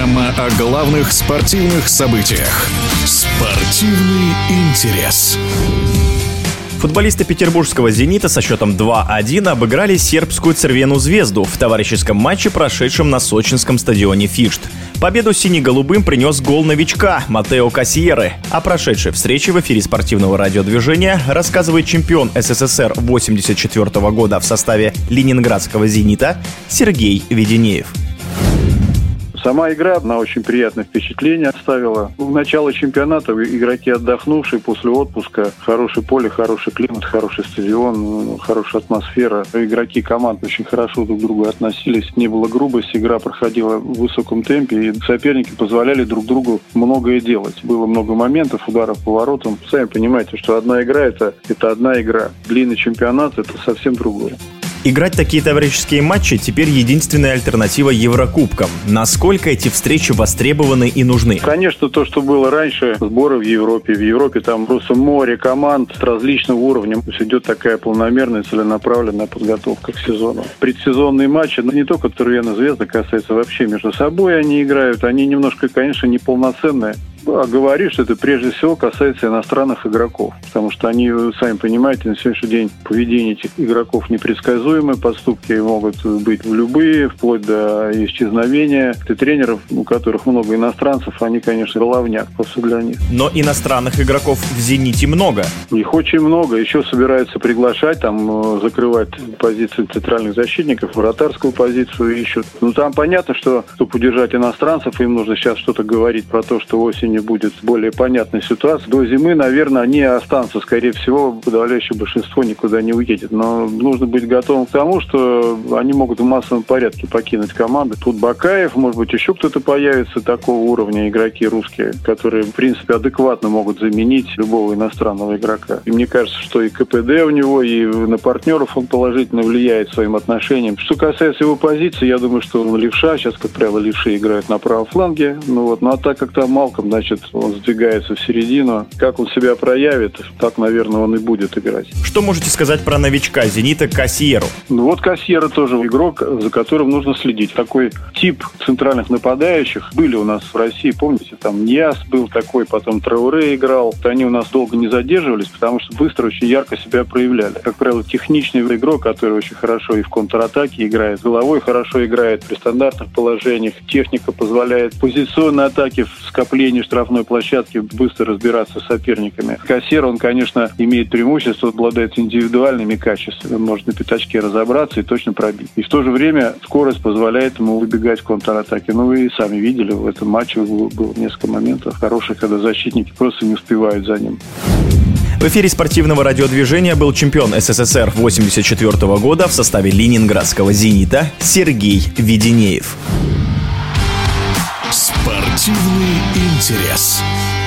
Программа о главных спортивных событиях. Спортивный интерес. Футболисты петербургского «Зенита» со счетом 2-1 обыграли сербскую «Црвену Звезду» в товарищеском матче, прошедшем на сочинском стадионе «Фишт». Победу сине-голубым принес гол новичка Матео Кассиеры. О прошедшей встрече в эфире спортивного радиодвижения рассказывает чемпион СССР 1984 года в составе ленинградского «Зенита» Сергей Веденеев. Сама игра, она очень приятное впечатление оставила. В начале чемпионата игроки отдохнувшие после отпуска. Хорошее поле, хороший климат, хороший стадион, хорошая атмосфера. Игроки команд очень хорошо друг к другу относились. Не было грубости, игра проходила в высоком темпе, и соперники позволяли друг другу многое делать. Было много моментов, ударов по воротам. Сами понимаете, что одна игра – это одна игра. Длинный чемпионат – это совсем другое. Играть такие товарищеские матчи теперь единственная альтернатива Еврокубкам. Насколько эти встречи востребованы и нужны? Конечно, то, что было раньше, сборы в Европе. В Европе там просто море команд с различным уровнем. То есть идет такая полномерная, целенаправленная подготовка к сезону. Предсезонные матчи, но не только «Црвена Звезда» касается, вообще между собой они играют. Они немножко, конечно, неполноценные. А говорю, что это прежде всего касается иностранных игроков, потому что они, сами понимаете, на сегодняшний день поведение этих игроков непредсказуемое, поступки могут быть любые, вплоть до исчезновения. И тренеров, у которых много иностранцев, они, конечно, головняк просто для них. Но иностранных игроков в «Зените» много. Их очень много. Еще собираются приглашать, там, закрывать позиции центральных защитников, вратарскую позицию ищут. Ну, там понятно, что, чтобы удержать иностранцев, им нужно сейчас что-то говорить про то, что осенью будет более понятная ситуация. До зимы, наверное, они останутся. Скорее всего, подавляющее большинство никуда не уедет. Но нужно быть готовым к тому, что они могут в массовом порядке покинуть команду. Тут Бакаев, может быть, еще кто-то появится такого уровня, игроки русские, которые, в принципе, адекватно могут заменить любого иностранного игрока. И мне кажется, что и КПД у него, и на партнеров он положительно влияет своим отношением. Что касается его позиции, я думаю, что он левша. Сейчас, как правило, левши играют на правом фланге. Ну а так как там Малком, значит, он сдвигается в середину. Как он себя проявит, так, наверное, он и будет играть. Что можете сказать про новичка «Зенита» Кассиеру? Ну вот Кассиера тоже игрок, за которым нужно следить. Такой тип центральных нападающих были у нас в России, помните, там Ньяс был такой, потом Трауре играл. Они у нас долго не задерживались, потому что быстро, очень ярко себя проявляли. Как правило, техничный игрок, который очень хорошо и в контратаке играет, головой хорошо играет при стандартных положениях. Техника позволяет позиционной атаке в скоплении штрафной площадке быстро разбираться с соперниками. Кассиер, он, конечно, имеет преимущество, обладает индивидуальными качествами. Он может на пятачке разобраться и точно пробить. И в то же время скорость позволяет ему выбегать в контратаке. Ну, вы и сами видели, в этом матче было несколько моментов хороших, когда защитники просто не успевают за ним. В эфире спортивного радиодвижения был чемпион СССР 1984 года в составе ленинградского «Зенита» Сергей Веденеев. Спортивный интерес.